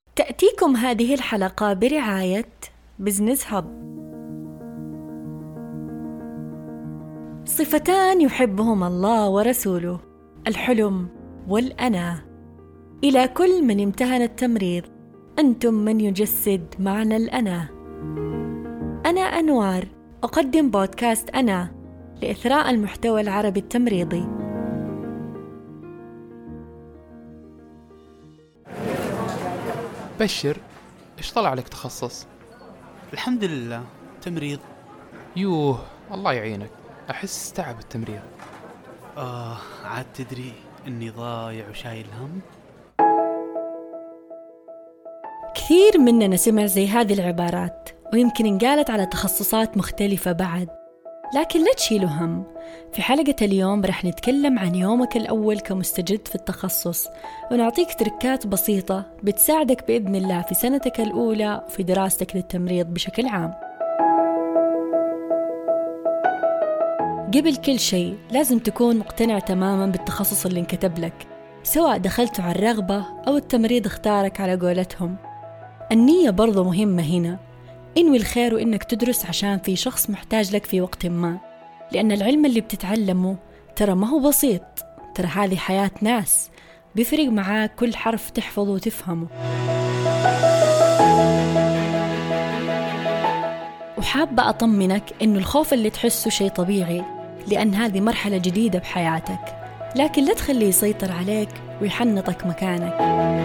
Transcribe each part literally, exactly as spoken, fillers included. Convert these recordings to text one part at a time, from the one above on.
تأتيكم هذه الحلقة برعاية بزنس هاب. صفتان يحبهما الله ورسوله: الحلم والأنا. إلى كل من امتهن التمريض، أنتم من يجسد معنى الأنا. أنا أنوار، أقدم بودكاست أنا لإثراء المحتوى العربي التمريضي. بشر، إيش طلع لك تخصص؟ الحمد لله تمريض. يوه، الله يعينك، أحس تعب التمريض. آه عاد تدري إني ضايع وشايل هم. كثير مننا سمع زي هذه العبارات، ويمكن انقالت على تخصصات مختلفة بعد، لكن لا تشيلوا هم. في حلقة اليوم رح نتكلم عن يومك الأول كمستجد في التخصص، ونعطيك تركات بسيطة بتساعدك بإذن الله في سنتك الأولى وفي دراستك للتمريض بشكل عام. قبل كل شيء لازم تكون مقتنع تماماً بالتخصص اللي انكتب لك، سواء دخلته عن رغبة أو التمريض اختارك على قولتهم. النية برضو مهمة هنا، انوي الخير وإنك تدرس عشان في شخص محتاج لك في وقت ما، لأن العلم اللي بتتعلمه ترى ما هو بسيط، ترى هذه حياة ناس، بيفرق معاك كل حرف تحفظه وتفهمه. وحابة أطمنك إنه الخوف اللي تحسه شيء طبيعي، لأن هذه مرحلة جديدة بحياتك، لكن لا تخليه يسيطر عليك ويحنطك مكانك.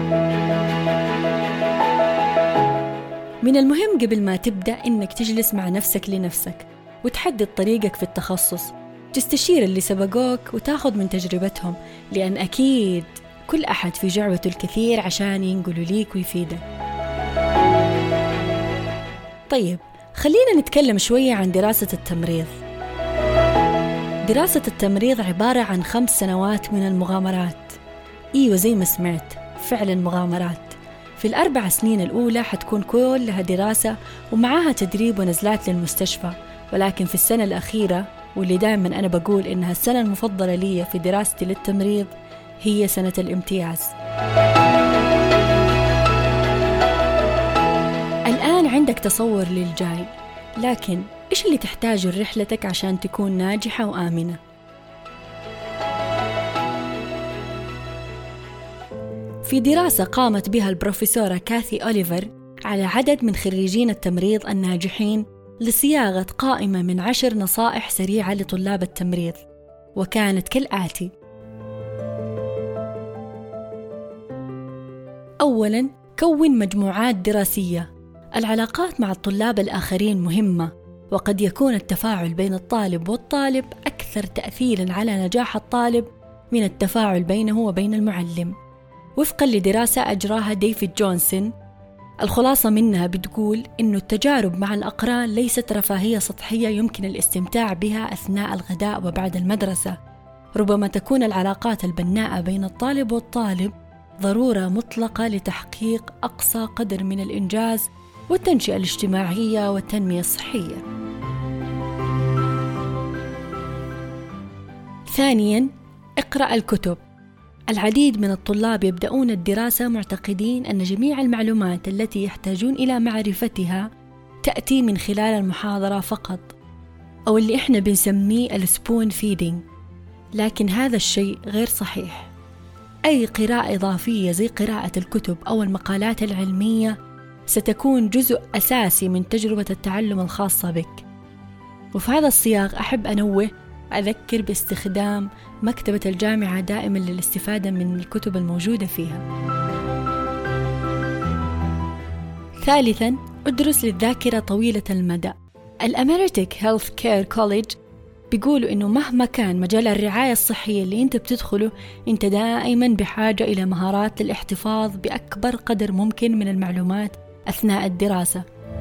من المهم قبل ما تبدأ إنك تجلس مع نفسك لنفسك وتحدد طريقك في التخصص، تستشير اللي سبقوك وتاخذ من تجربتهم، لأن أكيد كل أحد في جعبته الكثير عشان ينقلوا ليك ويفيدك. طيب، خلينا نتكلم شوية عن دراسة التمريض. دراسة التمريض عبارة عن خمس سنوات من المغامرات. إيوه زي ما سمعت، فعلا مغامرات. في الأربع سنين الأولى حتكون كلها دراسة ومعاها تدريب ونزلات للمستشفى، ولكن في السنة الأخيرة، واللي دائما أنا بقول إنها السنة المفضلة لي في دراستي للتمريض، هي سنة الامتياز. الآن عندك تصور للجاي، لكن إيش اللي تحتاجه لرحلتك عشان تكون ناجحة وآمنة؟ في دراسة قامت بها البروفيسورة كاثي أوليفر على عدد من خريجين التمريض الناجحين لصياغة قائمة من عشر نصائح سريعة لطلاب التمريض، وكانت كالآتي: أولاً، كون مجموعات دراسية. العلاقات مع الطلاب الآخرين مهمة، وقد يكون التفاعل بين الطالب والطالب أكثر تأثيراً على نجاح الطالب من التفاعل بينه وبين المعلم. وفقاً لدراسة أجراها ديفيد جونسون، الخلاصة منها بتقول إنه التجارب مع الأقران ليست رفاهية سطحية يمكن الاستمتاع بها أثناء الغداء وبعد المدرسة. ربما تكون العلاقات البناءة بين الطالب والطالب ضرورة مطلقة لتحقيق أقصى قدر من الإنجاز والتنشئة الاجتماعية والتنمية الصحية. ثانياً، اقرأ الكتب. العديد من الطلاب يبدأون الدراسة معتقدين أن جميع المعلومات التي يحتاجون إلى معرفتها تأتي من خلال المحاضرة فقط، أو اللي إحنا بنسميه السبون فيدينج، لكن هذا الشيء غير صحيح. أي قراءة إضافية زي قراءة الكتب أو المقالات العلمية ستكون جزء أساسي من تجربة التعلم الخاصة بك. وفي هذا السياق أحب أنوه أذكر باستخدام مكتبة الجامعة دائما للاستفادة من الكتب الموجودة فيها. ثالثاً، ادرس للذاكرة طويلة المدى. الأمريتك هيلث كير كوليج بيقولوا إنه مهما كان مجال الرعاية الصحية اللي أنت بتدخله، أنت دائما بحاجة إلى مهارات للاحتفاظ بأكبر قدر ممكن من المعلومات أثناء الدراسة.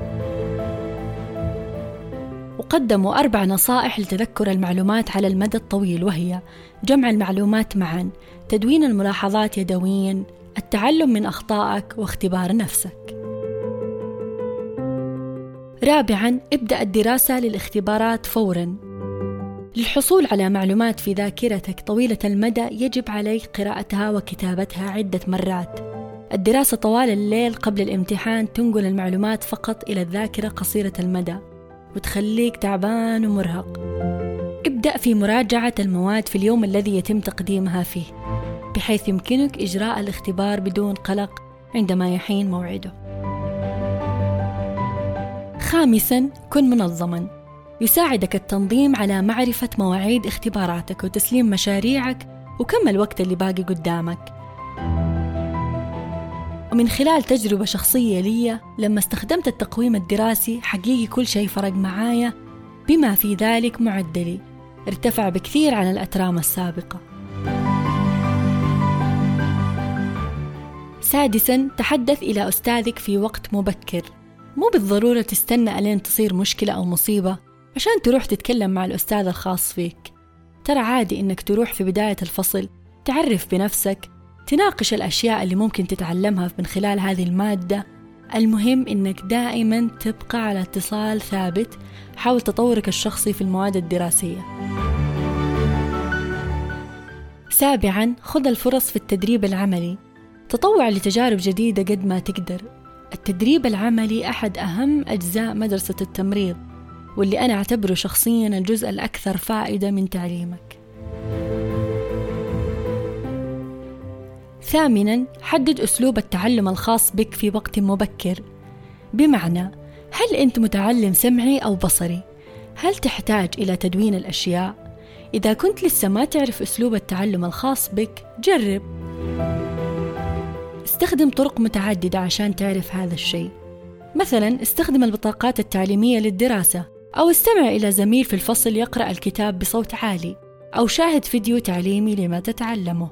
وقدموا أربع نصائح لتذكر المعلومات على المدى الطويل، وهي جمع المعلومات معا، تدوين الملاحظات يدويا، التعلم من أخطائك، واختبار نفسك. رابعا، ابدأ الدراسة للاختبارات فورا. للحصول على معلومات في ذاكرتك طويلة المدى يجب عليك قراءتها وكتابتها عدة مرات. الدراسة طوال الليل قبل الامتحان تنقل المعلومات فقط إلى الذاكرة قصيرة المدى وتخليك تعبان ومرهق. ابدأ في مراجعة المواد في اليوم الذي يتم تقديمها فيه، بحيث يمكنك إجراء الاختبار بدون قلق عندما يحين موعده. خامساً، كن منظماً. يساعدك التنظيم على معرفة مواعيد اختباراتك وتسليم مشاريعك وكم الوقت اللي باقي قدامك. ومن خلال تجربة شخصية لي، لما استخدمت التقويم الدراسي حقيقي كل شيء فرق معايا، بما في ذلك معدلي ارتفع بكثير عن الأترام السابقة. سادساً، تحدث إلى أستاذك في وقت مبكر. مو بالضرورة تستنى ألين تصير مشكلة أو مصيبة عشان تروح تتكلم مع الأستاذ الخاص فيك. ترى عادي إنك تروح في بداية الفصل تعرف بنفسك، تناقش الأشياء اللي ممكن تتعلمها من خلال هذه المادة. المهم إنك دائما تبقى على اتصال ثابت. حاول تطورك الشخصي في المواد الدراسية. سابعا، خذ الفرص في التدريب العملي. تطوع لتجارب جديدة قد ما تقدر. التدريب العملي أحد أهم أجزاء مدرسة التمريض، واللي أنا أعتبره شخصيا الجزء الأكثر فائدة من تعليمك. ثامنا، حدد أسلوب التعلم الخاص بك في وقت مبكر. بمعنى، هل أنت متعلم سمعي أو بصري؟ هل تحتاج إلى تدوين الأشياء؟ إذا كنت لسه ما تعرف أسلوب التعلم الخاص بك، جرب. استخدم طرق متعددة عشان تعرف هذا الشيء. مثلا استخدم البطاقات التعليمية للدراسة، أو استمع إلى زميل في الفصل يقرأ الكتاب بصوت عالي، أو شاهد فيديو تعليمي لما تتعلمه.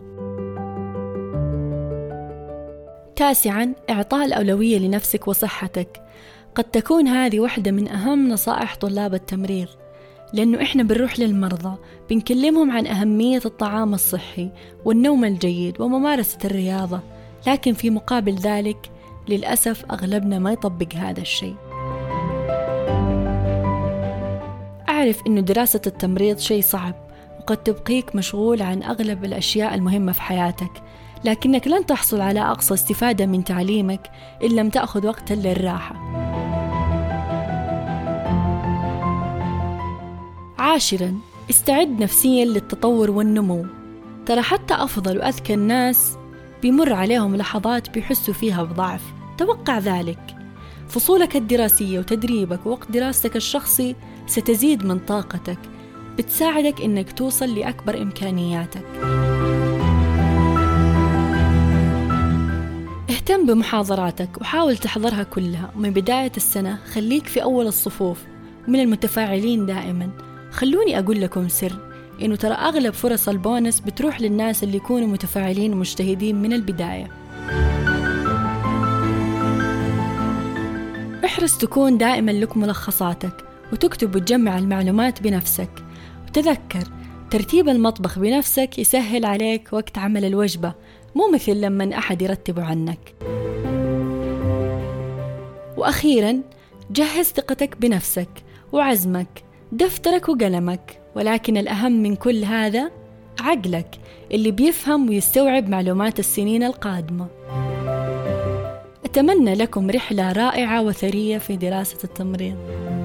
تاسعا، إعطاء الأولوية لنفسك وصحتك. قد تكون هذه واحدة من أهم نصائح طلاب التمريض، لأنه إحنا بنروح للمرضى بنكلمهم عن أهمية الطعام الصحي والنوم الجيد وممارسة الرياضة، لكن في مقابل ذلك للأسف أغلبنا ما يطبق هذا الشيء. أعرف إنه دراسة التمريض شيء صعب وقد تبقيك مشغول عن أغلب الأشياء المهمة في حياتك، لكنك لن تحصل على أقصى استفادة من تعليمك إن لم تأخذ وقتا للراحة. عاشرا، استعد نفسيا للتطور والنمو. ترى حتى أفضل وأذكى الناس بيمر عليهم لحظات بيحسوا فيها بضعف. توقع ذلك. فصولك الدراسية وتدريبك ووقت دراستك الشخصي ستزيد من طاقتك، بتساعدك إنك توصل لأكبر إمكانياتك. اهتم بمحاضراتك وحاول تحضرها كلها، ومن بداية السنة خليك في أول الصفوف ومن المتفاعلين دائما. خلوني أقول لكم سر، إنه ترى أغلب فرص البونس بتروح للناس اللي يكونوا متفاعلين ومجتهدين من البداية. احرص تكون دائما لك ملخصاتك وتكتب وتجمع المعلومات بنفسك. وتذكر، ترتيب المطبخ بنفسك يسهل عليك وقت عمل الوجبة، مو مثل لما أحد يرتبه عنك. وأخيرا، جهز ثقتك بنفسك وعزمك، دفترك وقلمك، ولكن الأهم من كل هذا عقلك اللي بيفهم ويستوعب معلومات السنين القادمة. أتمنى لكم رحلة رائعة وثرية في دراسة التمريض.